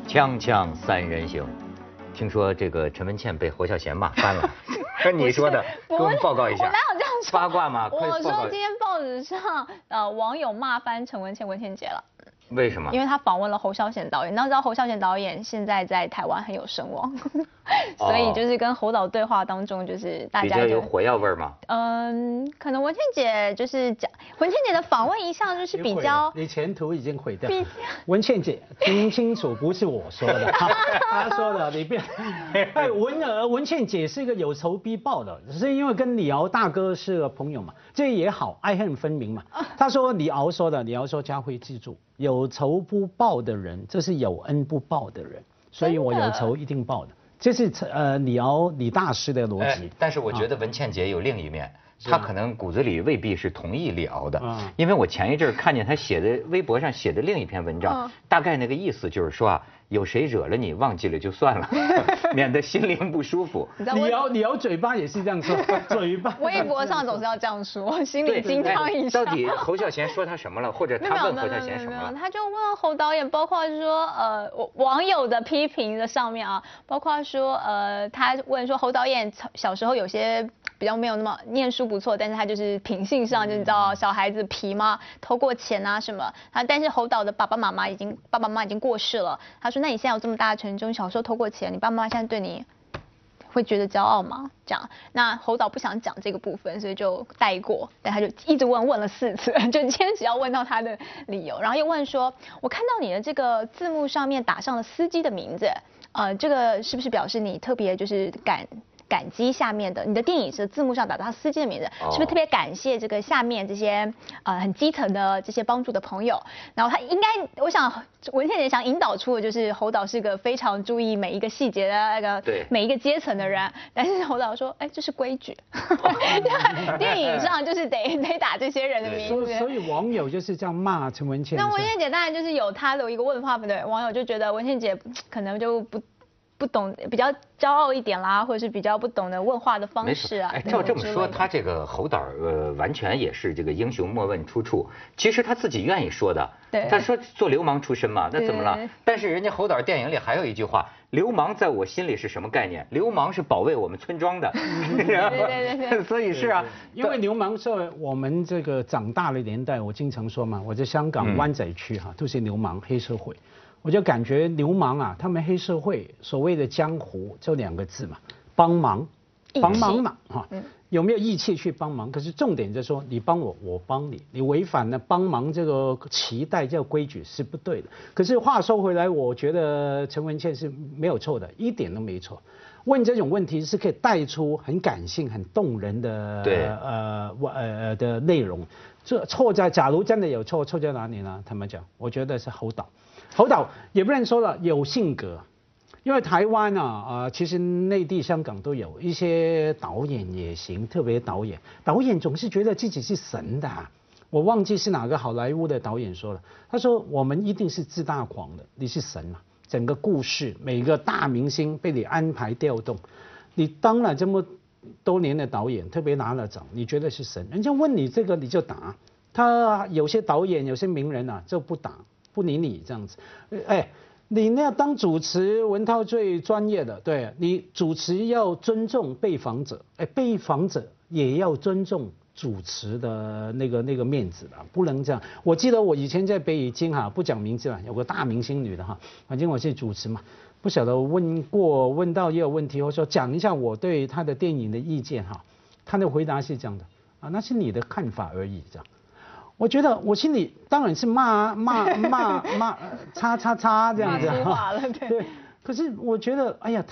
锵锵三人行，听说这个陈文茜被侯孝贤骂翻了，你说的，给我们报告一下。 我哪有这样说？ 八卦吗？ 我说今天报纸上网友骂翻陈文茜姐了。 为什么？ 因为他访问了侯孝贤导演，你知道侯孝贤导演现在在台湾很有声望，所以就是跟侯导对话当中，就是大家比较有火药味吗？ 可能文茜姐就是讲文茜姐的访问一向就是比较， 你前途已经毁掉。文茜姐听清楚，不是我说的，他说的，你别。文茜姐是一个有仇必报的，是因为跟李敖大哥是朋友嘛，这也好，爱恨分明嘛。他说李敖说的，李敖说家辉记住。有仇不报的人，这是有恩不报的人，所以我有仇一定报的，这是李大师的逻辑。 但是我觉得文茜姐有另一面，她可能骨子里未必是同意李敖的，因为我前一阵看见她写的微博上写的另一篇文章，大概那个意思就是说啊，有谁惹了你，忘记了就算了，免得心灵不舒服。 李敖嘴巴也是这样说，嘴巴。 微博上总是要这样说，心里鸡汤一下。 到底侯孝贤说他什么了，或者他问侯孝贤什么了？ 他就问侯导演，包括说网友的批评的上面啊，包括说他问说侯导演小时候有些比较没有那么念书不错，但是他就是品性上就你知道小孩子皮嘛，偷过钱啊什么。但是侯导的爸爸妈妈已经过世了。他说：“那你现在有这么大的成就，小时候偷过钱，你爸妈现在对你会觉得骄傲吗？”这样，那侯导不想讲这个部分，所以就带过，但他就一直问了4次，就坚持要问到他的理由，然后又问说：“我看到你的这个字幕上面打上了司机的名字，这个是不是表示你特别就是感激下面的，你的电影是字幕上打到他司机的名字，是不是特别感谢这个下面这些很基层的这些帮助的朋友？然后他应该，我想文茜姐想引导出的就是侯导是个非常注意每一个细节的那个每一个阶层的人，但是侯导说，哎，这是规矩，电影上就是得打这些人的名字。 所以网友就是这样骂陈文茜。 那文茜姐当然就是有她的一个问法，不对，网友就觉得文茜姐可能就不懂，比较骄傲一点啦，或者是比较不懂得问话的方式啊。 哎，照这么说，他这个侯导完全也是这个英雄莫问出处。其实他自己愿意说的，他说做流氓出身嘛，那怎么了？但是人家侯导电影里还有一句话：流氓在我心里是什么概念？流氓是保卫我们村庄的。对。所以是啊， 因为流氓是我们这个长大的年代，我经常说嘛，我在香港湾仔区哈，都是流氓黑社会。我就感觉流氓啊，他们黑社会所谓的江湖就2个字嘛，帮忙嘛哈，有没有义气去帮忙？可是重点就是说，你帮我，我帮你，你违反了帮忙这个期待这个规矩是不对的。可是话说回来，我觉得陈文茜是没有错的，一点都没错。问这种问题是可以带出很感性、很动人的的内容。这错在，假如真的有错在哪里呢？他们讲，我觉得是侯导也不能说了有性格，因为台湾其实内地、香港都有一些导演也行，特别导演总是觉得自己是神的我忘记是哪个好莱坞的导演说了，他说我们一定是自大狂的，你是神嘛，整个故事每个大明星被你安排调动，你当了这么多年的导演，特别拿了奖，你觉得是神？人家问你这个你就答，他有些导演有些名人就不答。不理你这样子，哎，你那当主持，文涛最专业的，对你主持要尊重被访者，哎，被访者也要尊重主持的那个面子的，不能这样。我记得我以前在北京不讲名字了，有个大明星女的反正我是主持嘛，不晓得问到也有问题，我说讲一下我对她的电影的意见她的回答是这样的那是你的看法而已这样。我觉得我心里当然是骂叉这样子对。可是我觉得哎呀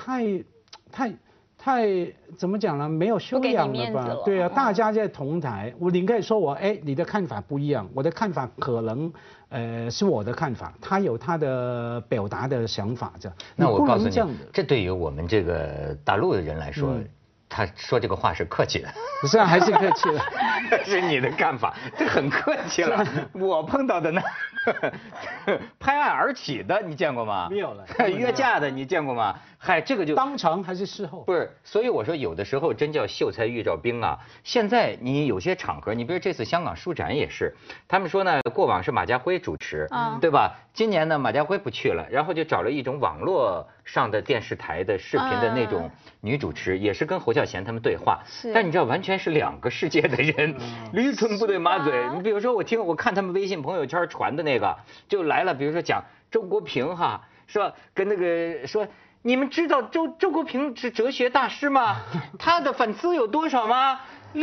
太怎么讲呢？没有修养了吧？对啊，大家在同台，你可以说我你的看法不一样，我的看法可能是我的看法，他有他的表达的想法这样。 那我告诉你，这对于我们这个大陆的人来说。他说这个话是客气的， 不是还是客气的， 是你的看法，这很客气了。我碰到的呢，拍案而起的，你见过吗？ 没有了。 约架的你见过吗？嗨，这个就当场还是事后？ 不是，所以我说有的时候真叫秀才遇着兵啊。现在你有些场合，你比如这次香港书展也是，他们说呢，过往是马家辉主持，对吧？ 今年呢，马家辉不去了，然后就找了一种网络上的电视台的视频的那种女主持，也是跟侯孝贤他们对话。但你知道，完全是2个世界的人，驴唇不对马嘴。你比如说，我看他们微信朋友圈传的那个，就来了，比如说讲周国平哈，说跟那个说。你们知道周国平是哲学大师吗？他的粉丝有多少吗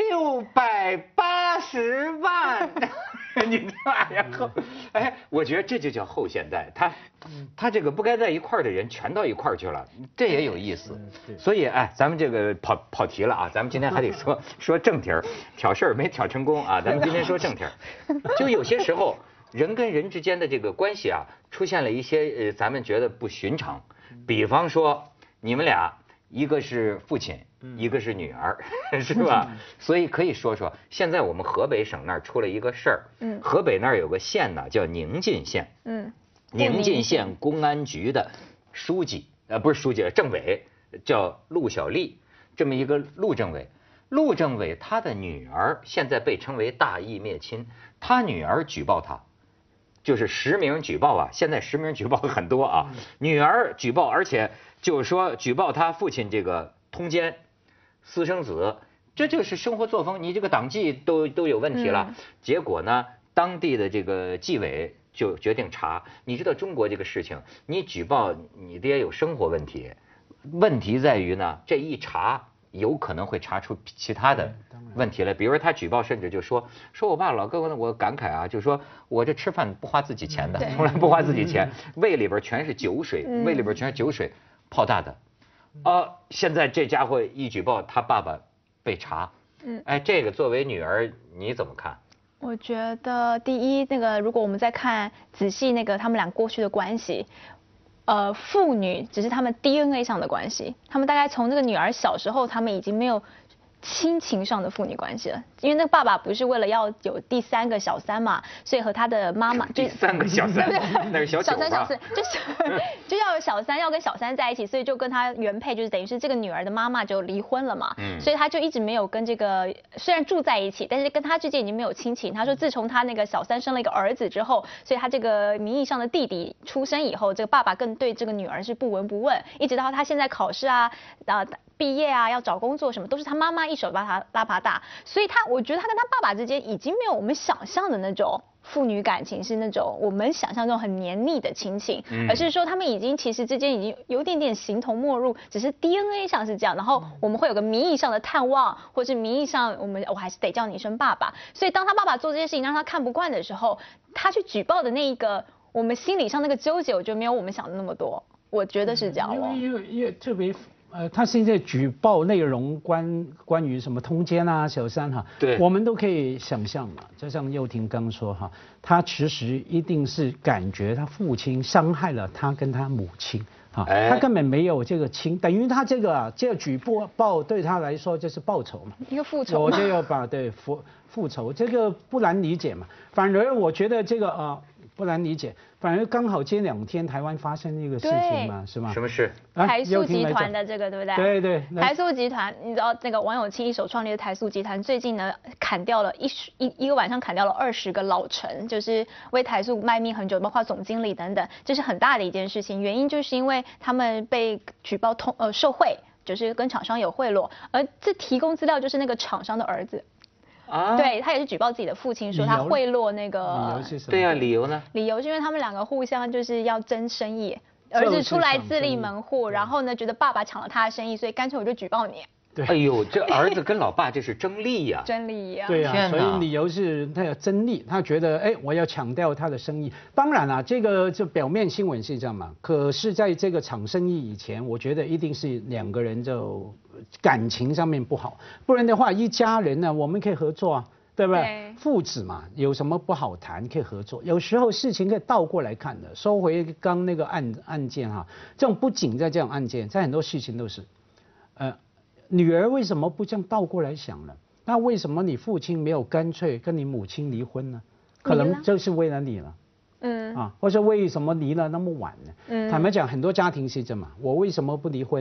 ？680万。你然后，我觉得这就叫后现代。他这个不该在一块儿的人全到一块儿去了，这也有意思。所以咱们这个跑题了啊，咱们今天还得说正题儿，挑事儿没挑成功啊。咱们今天说正题儿，就有些时候人跟人之间的这个关系啊，出现了一些咱们觉得不寻常。比方说，你们俩一个是父亲，一个是女儿，是吧？所以可以说说，现在我们河北省那儿出了一个事儿，河北那儿有个县呢，叫宁晋县，宁晋县公安局的书记，不是书记，政委叫陆小丽，这么一个陆政委。陆政委他的女儿现在被称为大义灭亲，他女儿举报他。就是实名举报啊，现在实名举报很多啊。女儿举报，而且就是说举报他父亲这个通奸、私生子，这就是生活作风，你这个党纪都有问题了。结果呢，当地的这个纪委就决定查。你知道中国这个事情，你举报你得有生活问题，问题在于呢，这一查。有可能会查出其他的问题来，比如说他举报，甚至就说我爸老跟我感慨啊，就说我这吃饭不花自己钱的，从来不花自己钱，胃里边全是酒水，胃里边全是酒水泡大的，现在这家伙一举报，他爸爸被查，这个作为女儿你怎么看？ 我觉得第一，那个如果我们再看仔细那个他们俩过去的关系。父女只是他们 DNA 上的关系，他们大概从那个女儿小时候，他们已经没有亲情上的父女关系了，因为那个爸爸不是为了要有第3个小三嘛，所以和他的妈妈第3个小三，那是小三， 就要有小三，要跟小三在一起，所以就跟他原配就是等于是这个女儿的妈妈就离婚了嘛，所以他就一直没有跟这个虽然住在一起，但是跟他之间已经没有亲情。他说自从他那个小三生了一个儿子之后，所以他这个名义上的弟弟出生以后，这个爸爸更对这个女儿是不闻不问，一直到他现在考试啊毕业啊，要找工作什么，都是他妈妈一手把他拉拔大，所以我觉得他跟他爸爸之间已经没有我们想象的那种父女感情，是那种我们想象中很黏腻的亲情，而是说他们已经其实之间已经有点点形同陌路，只是 DNA 上是这样，然后我们会有个名义上的探望，或是名义上我还是得叫你一声爸爸，所以当他爸爸做这些事情让他看不惯的时候，他去举报的那一个我们心理上那个纠结，我觉得没有我们想的那么多，我觉得是这样因为特别。他现在举报内容关于什么通奸啊、小三哈，对，我们都可以想象嘛。就像佑廷刚说哈，他其实一定是感觉他父亲伤害了他跟他母亲啊，他根本没有这个情，等于他这个举报对他来说就是报仇嘛， 一个复仇， 我就要把复仇，这个不难理解嘛。反而我觉得这个不难理解，反而刚好这2天台湾发生一个事情嘛，是吗？ 什么事？ 台塑集团的这个对不对？ 对。 台塑集团，你知道那个王永庆一手创立的台塑集团，最近呢砍掉了一个晚上砍掉了20个老臣，就是为台塑卖命很久，包括总经理等等，这是很大的一件事情。原因就是因为他们被举报受贿，就是跟厂商有贿赂，而这提供资料就是那个厂商的儿子。对他也是举报自己的父亲，说他贿赂那个。 对呀，理由呢？ 理由是因为他们2个互相就是要争生意，儿子出来自立门户，然后呢觉得爸爸抢了他的生意，所以干脆我就举报你。 哎呦，这儿子跟老爸这是争利呀！ 争利呀！ 对呀，所以理由是他要争利，他觉得我要抢掉他的生意。当然啦，这个就表面新闻是这样嘛，可是在这个抢生意以前，我觉得一定是2个人就感情上面不好，不然的话一家人呢，我们可以合作啊。对不对？父子嘛，有什么不好谈可以合作。有时候事情可以倒过来看的。收回刚那个案件哈，这种不仅在这种案件，在很多事情都是，女儿为什么不这样倒过来想呢？那为什么你父亲没有干脆跟你母亲离婚呢？可能就是为了你了。或者为什么离了那么晚呢？坦白讲，很多家庭是这么，我为什么不离婚？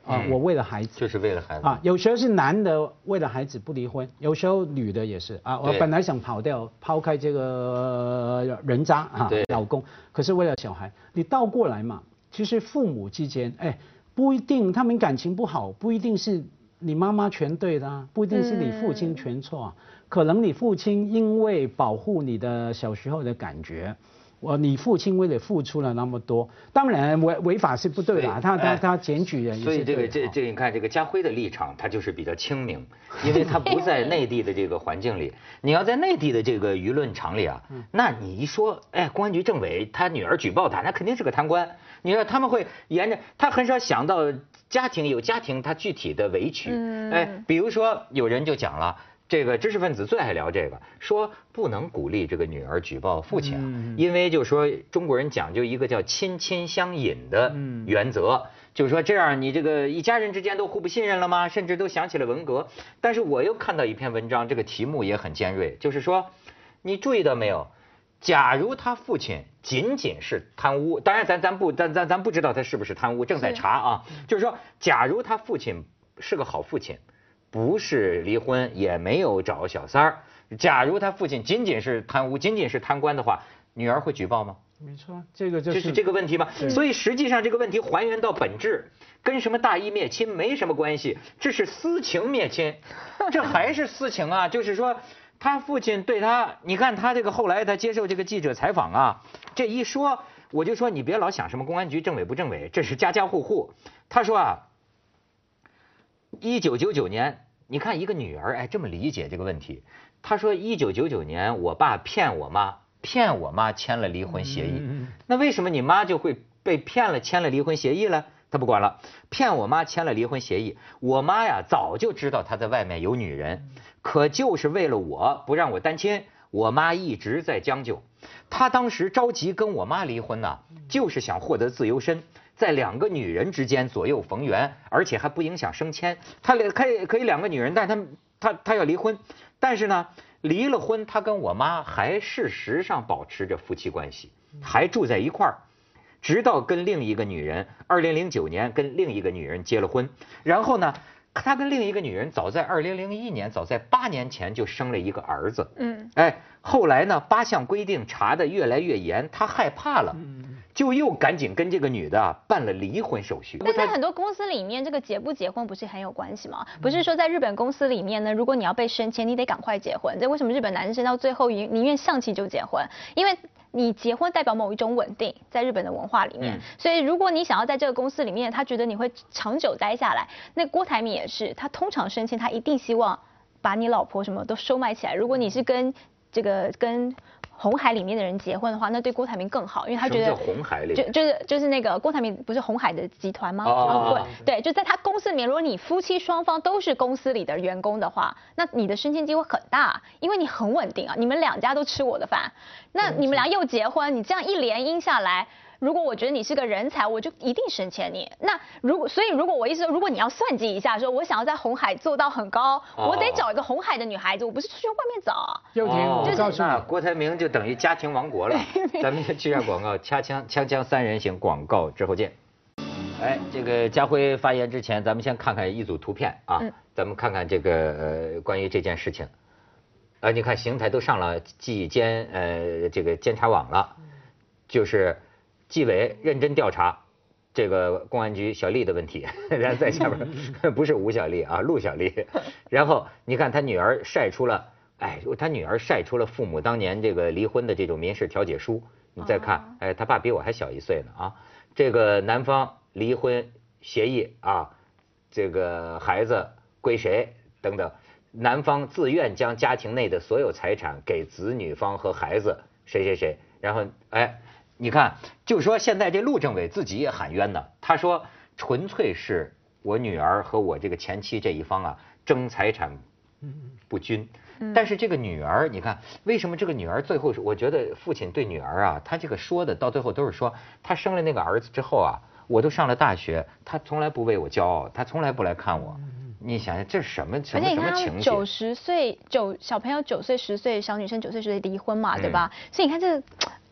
我为了孩子， 就是为了孩子啊。有时候是男的为了孩子不离婚，有时候女的也是啊。我本来想跑掉，抛开这个人渣啊，老公，可是为了小孩，你倒过来嘛。其实父母之间，不一定他们感情不好，不一定是你妈妈全对的啊，不一定是你父亲全错啊。可能你父亲因为保护你的小时候的感觉。你父亲为了付出了那么多，当然违法是不对的，他检举人。 所以这你看这个家辉的立场，他就是比较清明，因为他不在内地的这个环境里。你要在内地的这个舆论场里啊，那你一说，公安局政委他女儿举报他，那肯定是个贪官。你说他们会沿着他很少想到家庭他具体的委屈。比如说有人就讲了。这个知识分子最爱聊这个，说不能鼓励这个女儿举报父亲，因为就是说中国人讲究一个叫亲亲相隐的原则，就是说这样你这个一家人之间都互不信任了吗？甚至都想起了文革。但是我又看到一篇文章，这个题目也很尖锐，就是说你注意到没有？假如他父亲仅仅是贪污，当然咱不知道他是不是贪污，正在查啊。就是说，假如他父亲是个好父亲。不是离婚，也没有找小三儿。假如他父亲仅仅是贪污，仅仅是贪官的话，女儿会举报吗？ 没错，这个就是这个问题吗？所以实际上这个问题还原到本质，跟什么大义灭亲没什么关系，这是私情灭亲，这还是私情啊。就是说，他父亲对他，你看他这个后来他接受这个记者采访啊，这一说我就说你别老想什么公安局政委不政委，这是家家户户。他说啊。1999年，你看一个女儿这么理解这个问题。她说1999年我爸骗我妈签了离婚协议。那为什么你妈就会被骗了签了离婚协议了？她不管了，骗我妈签了离婚协议。我妈呀早就知道她在外面有女人，可就是为了我不让我单亲，我妈一直在将就。她当时着急跟我妈离婚呢，就是想获得自由身。在两个女人之间左右逢源，而且还不影响升迁。他可以两个女人，但是他要离婚，但是呢，离了婚，他跟我妈还事实上保持着夫妻关系，还住在一块儿，直到跟另一个女人，2009年跟另一个女人结了婚，然后呢，他跟另一个女人早在2001年，早在8年前就生了一个儿子。后来呢，8项规定查得越来越严，他害怕了。就又赶紧跟这个女的办了离婚手续。 但在很多公司里面，这个结不结婚不是很有关系吗？不是说在日本公司里面呢，如果你要被升迁，你得赶快结婚。这为什么日本男生到最后宁愿丧气就结婚？因为你结婚代表某一种稳定，在日本的文化里面。所以如果你想要在这个公司里面，他觉得你会长久待下来，那郭台铭也是，他通常升迁，他一定希望把你老婆什么都收买起来。如果你是跟红海里面的人结婚的话，那对郭台铭更好，因为他觉得红海里就是那个郭台铭不是红海的集团吗？对，就在他公司里面，如果你夫妻双方都是公司里的员工的话，那你的升迁机会很大，因为你很稳定啊，你们两家都吃我的饭，那你们俩又结婚，你这样一连姻下来。如果我觉得你是个人才，我就一定升迁你。那如果我意思说，如果你要算计一下，说我想要在红海做到很高，我得找一个红海的女孩子，我不是出去外面找。 又听我告诉你， 郭台铭就等于家庭王国了。咱们先去下广告，锵三人行，广告之后见。这个家辉发言之前，咱们先看看一组图片啊，咱们看看这个关于这件事情。你看邢台都上了纪监这个监察网了，就是纪委认真调查这个公安局小丽的问题，然后在下边不是吴小丽啊，陆小丽。然后你看他女儿晒出了，他女儿晒出了父母当年这个离婚的这种民事调解书。你再看，他爸比我还小1岁呢啊。这个男方离婚协议啊，这个孩子归谁等等，男方自愿将家庭内的所有财产给子女方和孩子谁，然后你看，就说现在这陆政委自己也喊冤呢。他说，纯粹是我女儿和我这个前妻这一方啊争财产不均。但是这个女儿，你看为什么这个女儿最后，我觉得父亲对女儿啊，他这个说的到最后都是说，他生了那个儿子之后啊，我都上了大学，他从来不为我骄傲，他从来不来看我。你想想这是什么情节？而且你看90岁小朋友9岁10岁，小女生9岁10岁离婚嘛，对吧？所以你看这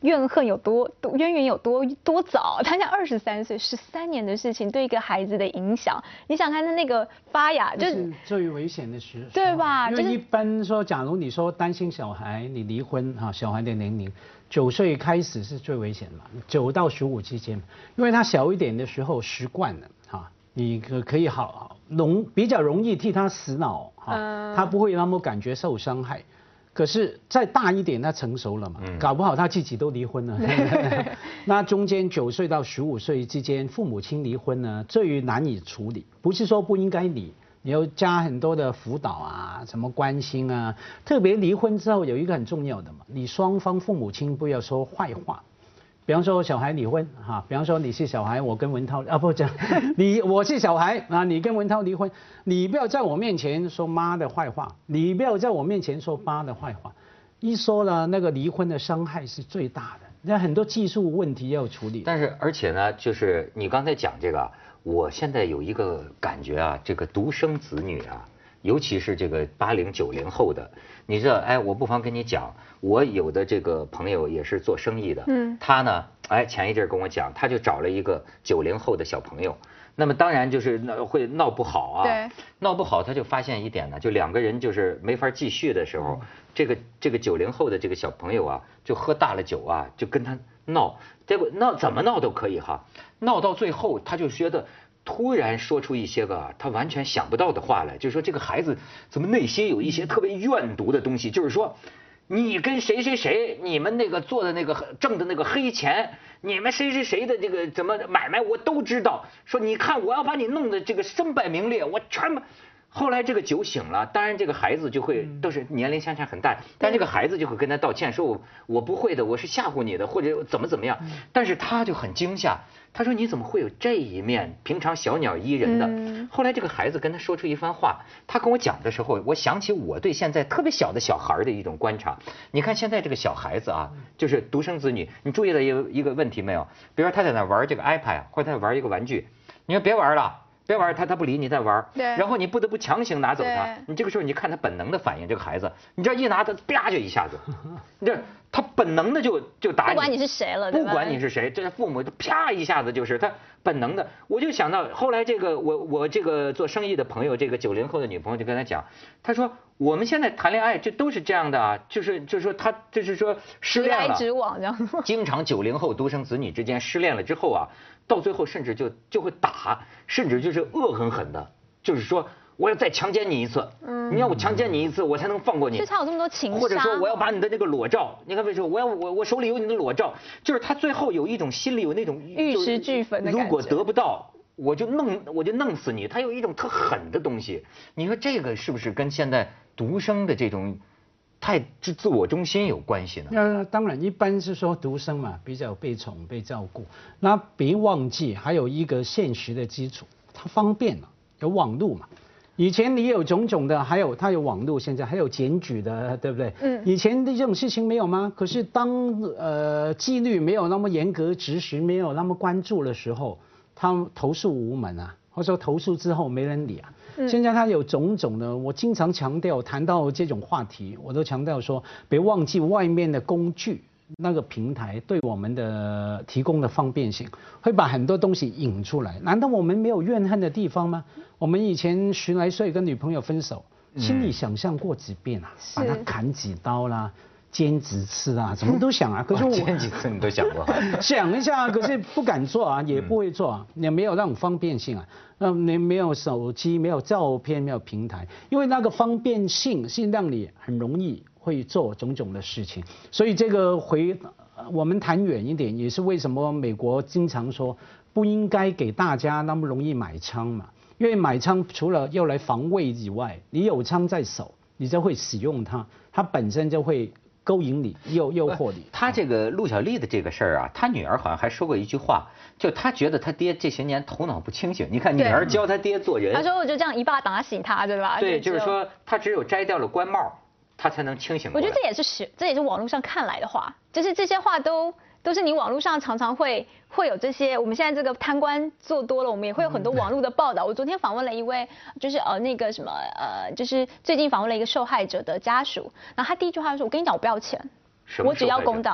怨恨有多渊源有多早？他才23岁，13年的事情对一个孩子的影响，你想看那个发芽就是最危险的时候， 对吧？ 因为一般说，假如你说担心小孩，你离婚哈，小孩的年龄9岁开始是最危险嘛，9到15之间，因为他小一点的时候习惯了哈，你可以比较容易替他洗脑哈，他不会那么感觉受伤害。可是再大一点，他成熟了嘛，搞不好他自己都离婚了。那中间9岁到15岁之间，父母亲离婚呢，最难以处理。不是说不应该离，你要加很多的辅导啊，什么关心啊。特别离婚之后有一个很重要的嘛，你双方父母亲不要说坏话。比方说小孩离婚哈，比方说你是小孩，我跟文涛不这样，我是小孩啊，你跟文涛离婚，你不要在我面前说妈的坏话，你不要在我面前说爸的坏话，一说了那个离婚的伤害是最大的，那很多技术问题要处理。 但是而且呢，就是你刚才讲这个，我现在有一个感觉啊，这个独生子女啊，尤其是这个80、90后的，你知道，哎，我不妨跟你讲，我有的这个朋友也是做生意的，他呢，哎，前一阵跟我讲，他就找了一个90后的小朋友，那么当然就是会闹不好啊， 对， 闹不好他就发现一点呢，就2个人就是没法继续的时候，这个90后的这个小朋友啊，就喝大了酒啊，就跟他闹，结果怎么闹都可以哈，闹到最后他就觉得。突然说出一些个他完全想不到的话来，就是说这个孩子怎么内心有一些特别怨毒的东西，就是说你跟谁谁谁，你们那个做的那个挣的那个黑钱，你们谁谁谁的这个怎么买卖我都知道，说你看我要把你弄得这个身败名裂，我全部。后来这个酒醒了，当然这个孩子就会都是年龄相差很大，但这个孩子就会跟他道歉，说我不会的，我是吓唬你的，或者怎么样，但是他就很惊吓，他说你怎么会有这一面，平常小鸟依人的。后来这个孩子跟他说出一番话，他跟我讲的时候，我想起我对现在特别小的小孩的一种观察。你看现在这个小孩子啊，就是独生子女，你注意到一个问题没有？比如说他在那玩这个 iPad， 或者他在玩一个玩具，你说别玩了。别玩，他不理你，再玩， 对， 然后你不得不强行拿走他。你这个时候你看他本能的反应，这个孩子，你这一拿他啪就一下子，你这他本能的就打你， 不管你是谁了， 不管你是谁，这父母啪一下子就是他本能的。我就想到后来这个我这个做生意的朋友，这个90后的女朋友就跟他讲，他说我们现在谈恋爱这都是这样的啊，就是说他就是说失恋了， 直来直往这样， 经常90后独生子女之间失恋了之后啊。到最后甚至就会打，甚至就是恶狠狠的，就是说我要再强奸你一次，你要我强奸你一次，我才能放过你。 就他有这么多情杀， 或者说我要把你的那个裸照，你看为什么我手里有你的裸照，就是他最后有一种心里有那种玉石俱焚的感觉。 如果得不到，我就弄死你，他有一种特狠的东西。你说这个是不是跟现在独生的这种？太自我中心有关系呢？ 当然，一般是说独生嘛，比较被宠被照顾。那别忘记还有一个现实的基础，它方便了，有网络嘛。以前你有种种的，还有它有网络，现在还有检举的，对不对？以前的这种事情没有吗？可是当纪律没有那么严格执行，没有那么关注的时候，他投诉无门啊，或者说投诉之后没人理啊。现在它有种种的，我经常强调，谈到这种话题，我都强调说，别忘记外面的工具，那个平台对我们的提供的方便性，会把很多东西引出来。难道我们没有怨恨的地方吗？我们以前10来岁跟女朋友分手，心里想象过几遍啊，把她砍几刀啦。煎几次啊，什么都想啊，可是我煎几次你都想过？ 想一下，可是不敢做啊，也不会做啊，也没有那种方便性啊，你没有手机，没有照片，没有平台，因为那个方便性是让你很容易会做种种的事情，所以这个我们谈远一点，也是为什么美国经常说不应该给大家那么容易买枪嘛，因为买枪除了要来防卫以外，你有枪在手，你就会使用它，它本身就会。勾引你，诱惑你。 他这个陆小丽的这个事儿啊，他女儿好像还说过一句话，就他觉得他爹这些年头脑不清醒。你看女儿教他爹做人， 他说我就这样一巴打醒他，对吧？ 对，就是说他只有摘掉了官帽，他才能清醒过来。 我觉得这也是网络上看来的话，就是这些话都是你网络上常常会有这些，我们现在这个贪官做多了，我们也会有很多网络的报道。我昨天访问了一位，就是那个什么就是最近访问了一个受害者的家属，然后他第一句话就说：“我跟你讲，我不要钱，我只要公道。”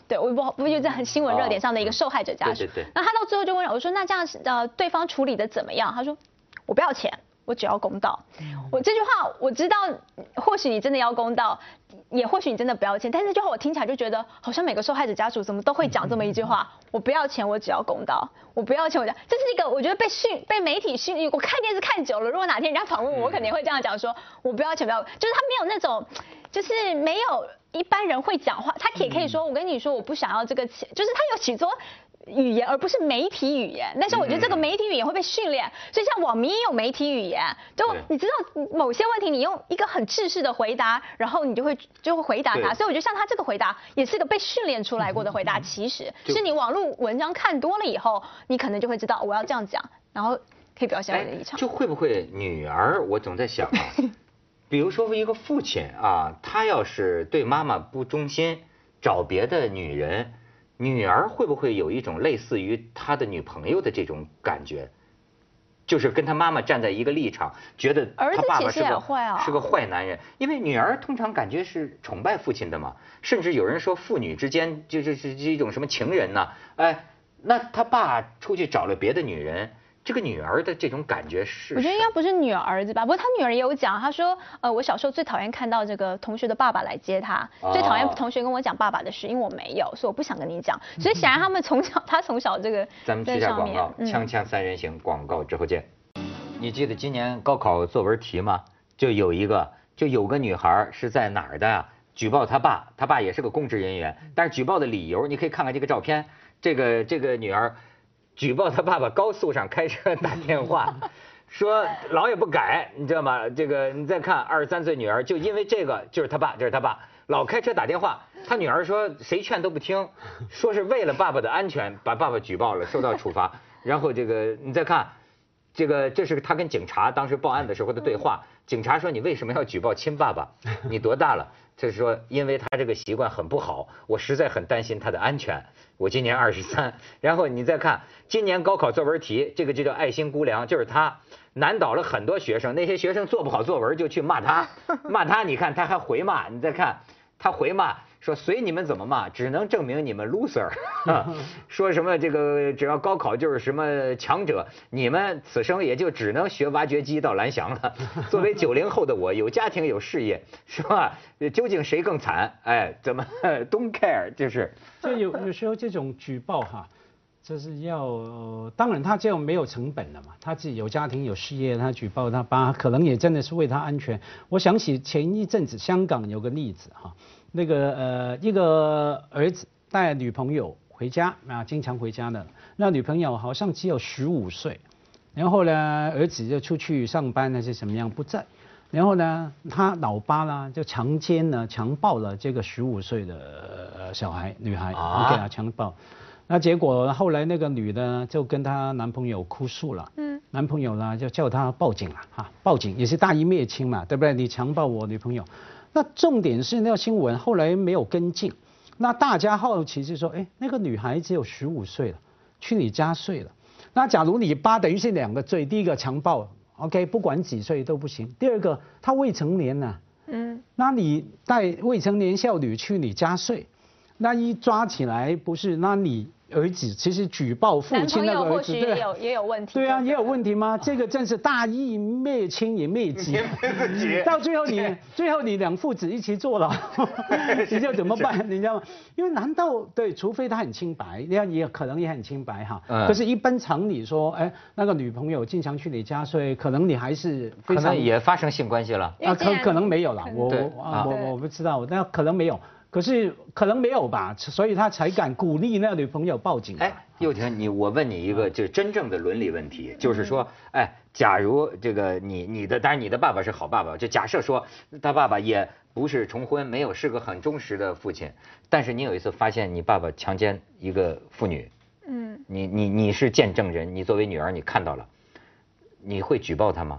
对，我不就在很新闻热点上的一个受害者家属。 对。 那他到最后就问我说，那这样对方处理的怎么样？他说，我不要钱。我只要公道。我这句话我知道，或许你真的要公道，也或许你真的不要钱。但是这句话我听起来就觉得，好像每个受害者家属怎么都会讲这么一句话：我不要钱，我只要公道。我不要钱，这是一个我觉得被媒体训，我看电视看久了，如果哪天人家访问我，我肯定会这样讲说：我不要钱，不要，就是他没有那种，就是没有一般人会讲话。他也可以说，我跟你说，我不想要这个钱，就是他有许多语言，而不是媒体语言。但是我觉得这个媒体语言会被训练，所以像网民也有媒体语言，就你知道某些问题，你用一个很制式的回答，然后你就会回答他。所以我觉得像他这个回答，也是个被训练出来过的回答。其实是你网络文章看多了以后，你可能就会知道我要这样讲，然后可以表现我的立场。 就会不会女儿？我总在想啊，比如说一个父亲啊，他要是对妈妈不忠心，找别的女人。女儿会不会有一种类似于他的女朋友的这种感觉，就是跟他妈妈站在一个立场，觉得他爸爸是个坏男人？因为女儿通常感觉是崇拜父亲的嘛，甚至有人说父女之间就是一种什么情人呐，哎，那他爸出去找了别的女人。这个女儿的这种感觉是， 我觉得应该不是女儿子吧，不过他女儿也有讲，他说，我小时候最讨厌看到这个同学的爸爸来接他，最讨厌同学跟我讲爸爸的事，因为我没有，所以我不想跟你讲。所以显然他从小这个咱们去下广告，锵锵三人行，广告之后见。你记得今年高考作文题吗？就有个女孩是在哪儿的呀？举报她爸也是个公职人员，但是举报的理由你可以看看这个照片，这个女儿。举报他爸爸高速上开车打电话，说老也不改，你知道吗？这个你再看23岁女儿，就因为这个就是他爸，老开车打电话，他女儿说谁劝都不听，说是为了爸爸的安全把爸爸举报了，受到处罚。然后这个你再看，这是他跟警察当时报案的时候的对话，警察说你为什么要举报亲爸爸？你多大了？就是说因为他这个习惯很不好，我实在很担心他的安全。我今年23，然后你再看今年高考作文题，这个就叫爱心姑娘，就是他难倒了很多学生，那些学生做不好作文就去骂他，你看他还回骂，你再看他回骂说随你们怎么骂，只能证明你们 loser， 说什么这个只要高考就是什么强者，你们此生也就只能学挖掘机到蓝翔了。作为90后的我，有家庭有事业，是吧？究竟谁更惨？哎，怎么 don't care？ 就是就有时候这种举报哈，就是要当然他这样没有成本的嘛，他自己有家庭有事业，他举报他爸，可能也真的是为他安全。我想起前一阵子香港有个例子哈。那个一个儿子带女朋友回家啊，经常回家的。那女朋友好像只有15岁，然后呢，儿子就出去上班还是怎么样不在，然后呢，他老爸呢就强暴了这个15岁的女孩，给他强暴。那结果后来那个女的就跟她男朋友哭诉了，男朋友呢就叫她报警了哈，报警也是大义灭亲嘛，对不对？你强暴我女朋友。那重点是那个新闻后来没有跟进，那大家好奇是说，哎，那个女孩只有15岁了，去你家睡了，那假如你爸等于是2个罪，第一个强暴 ，OK， 不管几岁都不行；第二个他未成年呐，那你带未成年少女去你家睡，那一抓起来不是，那你儿子其实举报父亲那个儿子， 对，也有问题。 对啊，也有问题吗？这个真是大义灭亲也灭己，到最后你两父子一起坐牢，你就怎么办？你知道吗？因为难道对，除非他很清白，也可能也很清白哈。可是，一般常理说，哎，那个女朋友经常去你家睡，可能你还是非常可能也发生性关系了啊，可能没有了，我不知道，那可能没有。可是可能没有吧，所以他才敢鼓励那个女朋友报警。 哎，佑廷，我问你一个就真正的伦理问题，就是说，哎，假如这个你的，当然你的爸爸是好爸爸，就假设说他爸爸也不是重婚，没有是个很忠实的父亲，但是你有一次发现你爸爸强奸一个妇女，你是见证人，你作为女儿你看到了，你会举报他吗？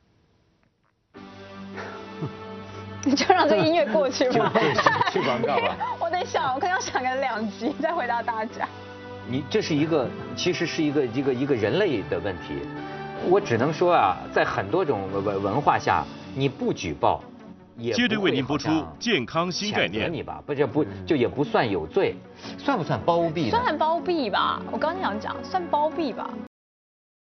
你就让这个音乐过去吧。 去广告吧。 我得想，我可能要想个2集再回答大家。 这是一个，其实是一个人类的问题。我只能说啊，在很多种文化下，你不举报， 接着为您播出健康新概念。 你吧，就也不算有罪，算不算包庇？ 算包庇吧，我刚想讲算包庇吧。